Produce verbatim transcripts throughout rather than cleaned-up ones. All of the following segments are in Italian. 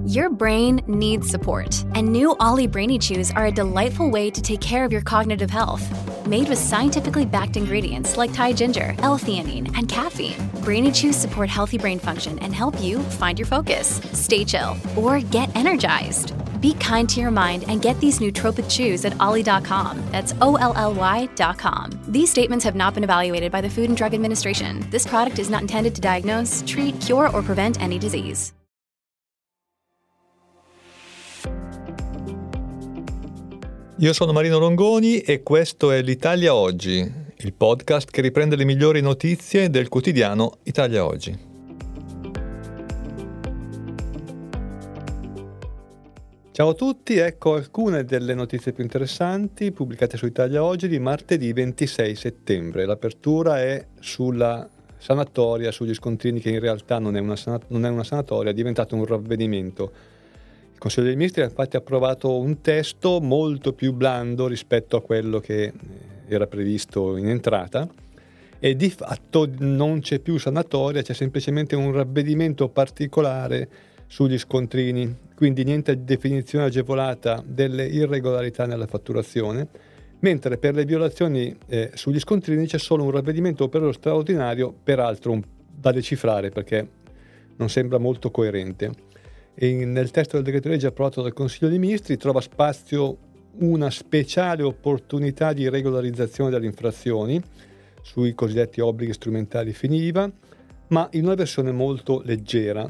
Your brain needs support, and new Ollie Brainy Chews are a delightful way to take care of your cognitive health. Made with scientifically backed ingredients like Thai ginger, L-theanine, and caffeine, Brainy Chews support healthy brain function and help you find your focus, stay chill, or get energized. Be kind to your mind and get these nootropic chews at ollie dot com. That's O L L Y dot com. These statements have not been evaluated by the Food and Drug Administration. This product is not intended to diagnose, treat, cure, or prevent any disease. Io sono Marino Longoni e questo è l'Italia Oggi, il podcast che riprende le migliori notizie del quotidiano Italia Oggi. Ciao a tutti, ecco alcune delle notizie più interessanti pubblicate su Italia Oggi di martedì ventisei settembre. L'apertura è sulla sanatoria, sugli scontrini, che in realtà non è una, sanat- non è una sanatoria, è diventato un ravvedimento. Il Consiglio dei Ministri ha infatti approvato un testo molto più blando rispetto a quello che era previsto in entrata e di fatto non c'è più sanatoria, c'è semplicemente un ravvedimento particolare sugli scontrini, quindi niente definizione agevolata delle irregolarità nella fatturazione, mentre per le violazioni eh, sugli scontrini c'è solo un ravvedimento operoso straordinario, peraltro un, da decifrare perché non sembra molto coerente. E nel testo del decreto legge approvato dal Consiglio dei Ministri trova spazio una speciale opportunità di regolarizzazione delle infrazioni sui cosiddetti obblighi strumentali fini I V A, ma in una versione molto leggera.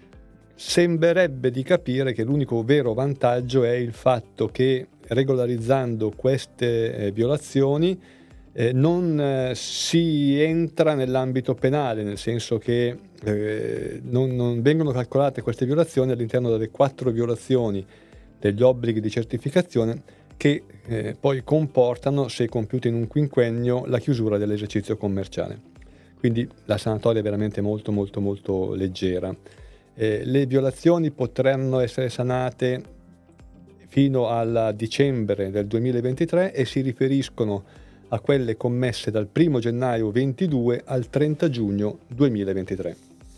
Sembrerebbe di capire che l'unico vero vantaggio è il fatto che regolarizzando queste eh, violazioni eh, non eh, si entra nell'ambito penale, nel senso che eh, non, non vengono calcolate queste violazioni all'interno delle quattro violazioni degli obblighi di certificazione che eh, poi comportano, se compiute in un quinquennio, la chiusura dell'esercizio commerciale. Quindi la sanatoria è veramente molto molto molto leggera. Eh, le violazioni potranno essere sanate fino al dicembre del duemilaventitré e si riferiscono a quelle commesse dal primo gennaio ventidue al trenta giugno duemilaventitré.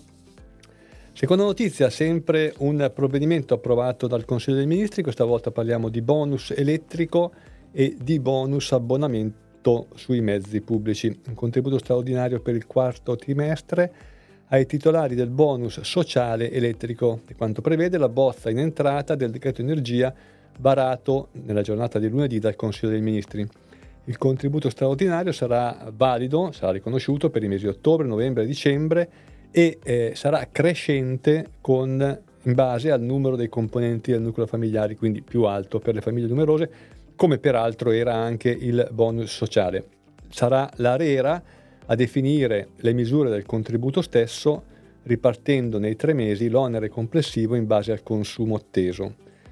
Seconda notizia, sempre un provvedimento approvato dal Consiglio dei Ministri, questa volta parliamo di bonus elettrico e di bonus abbonamento sui mezzi pubblici, un contributo straordinario per il quarto trimestre ai titolari del bonus sociale elettrico, e quanto prevede la bozza in entrata del decreto energia varato nella giornata di lunedì dal Consiglio dei Ministri. Il contributo straordinario sarà valido, sarà riconosciuto per i mesi di ottobre, novembre e dicembre e eh, sarà crescente con, in base al numero dei componenti del nucleo familiare, quindi più alto per le famiglie numerose, come peraltro era anche il bonus sociale. Sarà l'ARERA a definire le misure del contributo stesso, ripartendo nei tre mesi l'onere complessivo in base al consumo atteso.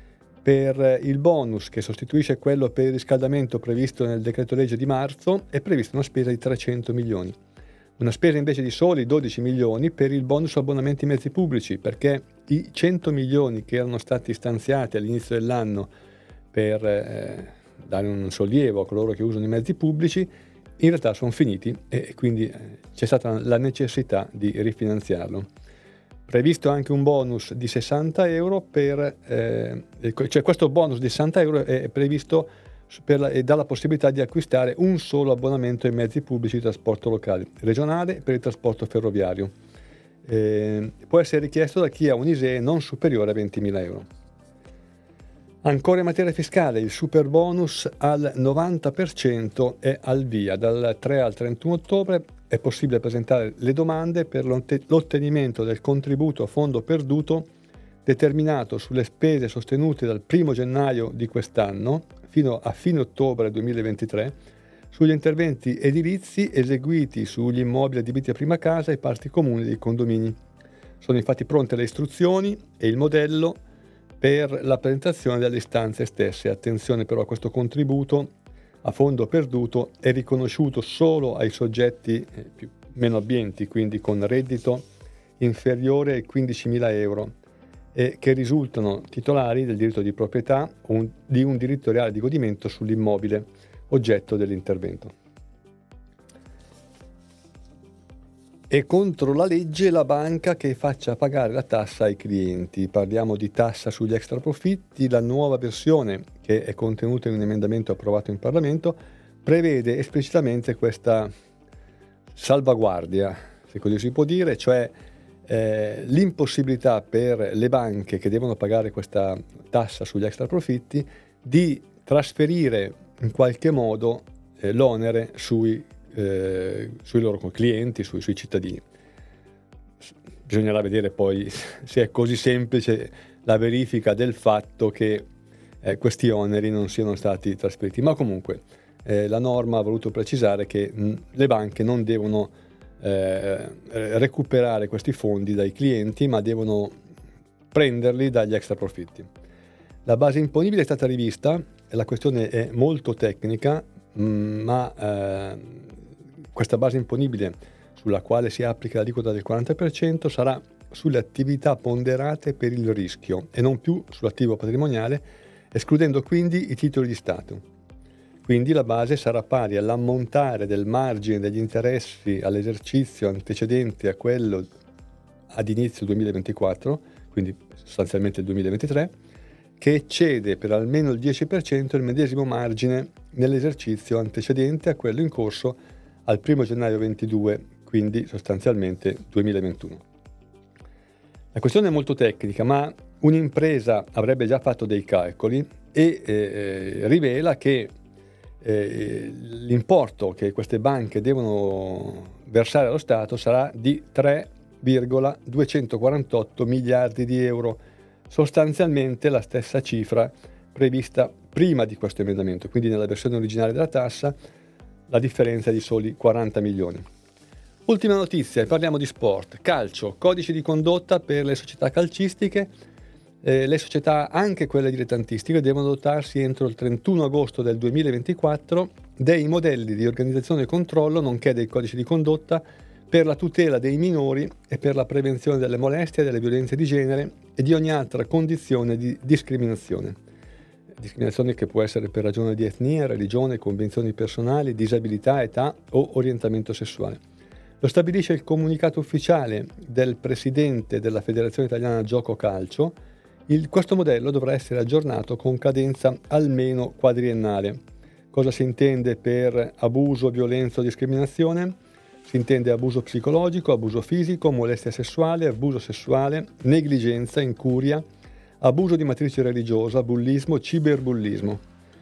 Per il bonus, che sostituisce quello per il riscaldamento previsto nel decreto legge di marzo, è prevista una spesa di trecento milioni. Una spesa invece di soli dodici milioni per il bonus abbonamenti mezzi pubblici, perché i cento milioni che erano stati stanziati all'inizio dell'anno per eh, dare un sollievo a coloro che usano i mezzi pubblici in realtà sono finiti e quindi c'è stata la necessità di rifinanziarlo. Previsto anche un bonus di sessanta euro per, eh, cioè questo bonus di sessanta euro è previsto per la, e dà la possibilità di acquistare un solo abbonamento ai mezzi pubblici di trasporto locale, regionale per il trasporto ferroviario. Eh, può essere richiesto da chi ha un I S E E non superiore a ventimila euro. Ancora in materia fiscale, il super bonus al novanta per cento è al via. Dal tre al trentuno ottobre è possibile presentare le domande per l'ottenimento del contributo a fondo perduto determinato sulle spese sostenute dal primo gennaio di quest'anno fino a fine ottobre duemilaventitré sugli interventi edilizi eseguiti sugli immobili adibiti a prima casa e parti comuni dei condomini. Sono infatti pronte le istruzioni e il modello per la presentazione delle istanze stesse. Attenzione però, questo contributo a fondo perduto è riconosciuto solo ai soggetti più, meno abbienti, quindi con reddito inferiore ai quindicimila euro e che risultano titolari del diritto di proprietà o un, di un diritto reale di godimento sull'immobile oggetto dell'intervento. È contro la legge la banca che faccia pagare la tassa ai clienti. Parliamo di tassa sugli extraprofitti. La nuova versione, che è contenuta in un emendamento approvato in Parlamento, prevede esplicitamente questa salvaguardia, se così si può dire, cioè eh, l'impossibilità per le banche che devono pagare questa tassa sugli extraprofitti di trasferire in qualche modo eh, l'onere sui Eh, sui loro clienti, sui, sui cittadini. Bisognerà vedere poi se è così semplice la verifica del fatto che eh, questi oneri non siano stati trasferiti, ma comunque eh, la norma ha voluto precisare che mh, le banche non devono eh, recuperare questi fondi dai clienti, ma devono prenderli dagli extra profitti. La base imponibile è stata rivista, la questione è molto tecnica, mh, ma eh, questa base imponibile sulla quale si applica l'aliquota del quaranta per cento sarà sulle attività ponderate per il rischio e non più sull'attivo patrimoniale, escludendo quindi i titoli di Stato. Quindi la base sarà pari all'ammontare del margine degli interessi all'esercizio antecedente a quello ad inizio duemilaventiquattro, quindi sostanzialmente il duemilaventitré, che eccede per almeno il dieci per cento il medesimo margine nell'esercizio antecedente a quello in corso al primo gennaio ventidue, quindi sostanzialmente duemilaventuno. La questione è molto tecnica, ma un'impresa avrebbe già fatto dei calcoli e eh, rivela che eh, l'importo che queste banche devono versare allo Stato sarà di tre virgola duecentoquarantotto miliardi di euro, sostanzialmente la stessa cifra prevista prima di questo emendamento, quindi nella versione originale della tassa la differenza è di soli quaranta milioni. Ultima notizia, parliamo di sport. Calcio, codice di condotta per le società calcistiche. Eh, le società, anche quelle dilettantistiche, devono dotarsi entro il trentuno agosto del duemilaventiquattro dei modelli di organizzazione e controllo, nonché dei codici di condotta per la tutela dei minori e per la prevenzione delle molestie, delle violenze di genere e di ogni altra condizione di discriminazione. Discriminazione che può essere per ragione di etnia, religione, convinzioni personali, disabilità, età o orientamento sessuale. Lo stabilisce il comunicato ufficiale del presidente della Federazione Italiana Gioco Calcio. Il, questo modello dovrà essere aggiornato con cadenza almeno quadriennale. Cosa si intende per abuso, violenza o discriminazione? Si intende abuso psicologico, abuso fisico, molestia sessuale, abuso sessuale, negligenza, incuria, abuso di matrice religiosa, bullismo, ciberbullismo.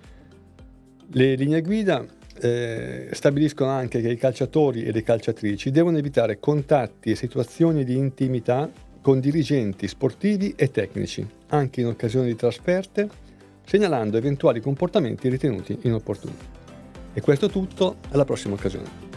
Le linee guida eh, stabiliscono anche che i calciatori e le calciatrici devono evitare contatti e situazioni di intimità con dirigenti sportivi e tecnici, anche in occasione di trasferte, segnalando eventuali comportamenti ritenuti inopportuni. E questo è tutto, alla prossima occasione.